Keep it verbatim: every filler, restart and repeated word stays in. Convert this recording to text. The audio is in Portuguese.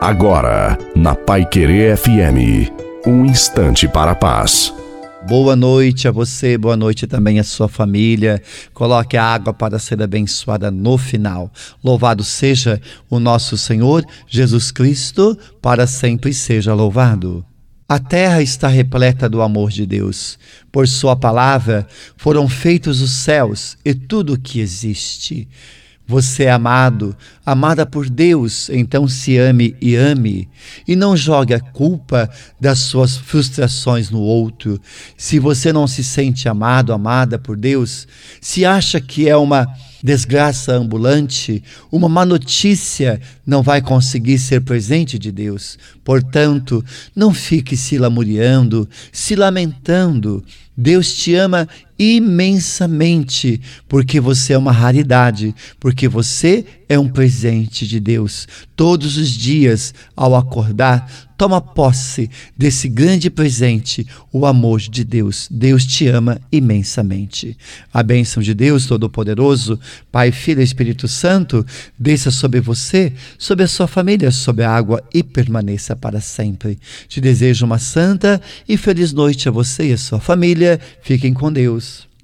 Agora, na Paiquerê F M, um instante para a paz. Boa noite a você, boa noite também à sua família. Coloque a água para ser abençoada no final. Louvado seja o nosso Senhor Jesus Cristo, para sempre seja louvado. A terra está repleta do amor de Deus. Por sua palavra foram feitos os céus e tudo o que existe. Você é amado, amada por Deus, então se ame e ame. E não jogue a culpa das suas frustrações no outro. Se você não se sente amado, amada por Deus, se acha que é uma desgraça ambulante, uma má notícia, não vai conseguir ser presente de Deus. Portanto, não fique se lamuriando, se lamentando. Deus te ama imensamente, porque você é uma raridade, porque você é um presente de Deus. Todos os dias, ao acordar, toma posse desse grande presente, o amor de Deus. Deus te ama imensamente. A bênção de Deus Todo-Poderoso, Pai, Filho e Espírito Santo, desça sobre você, sobre a sua família, sobre a água e permaneça para sempre. Te desejo uma santa e feliz noite a você e a sua família. Fiquem com Deus.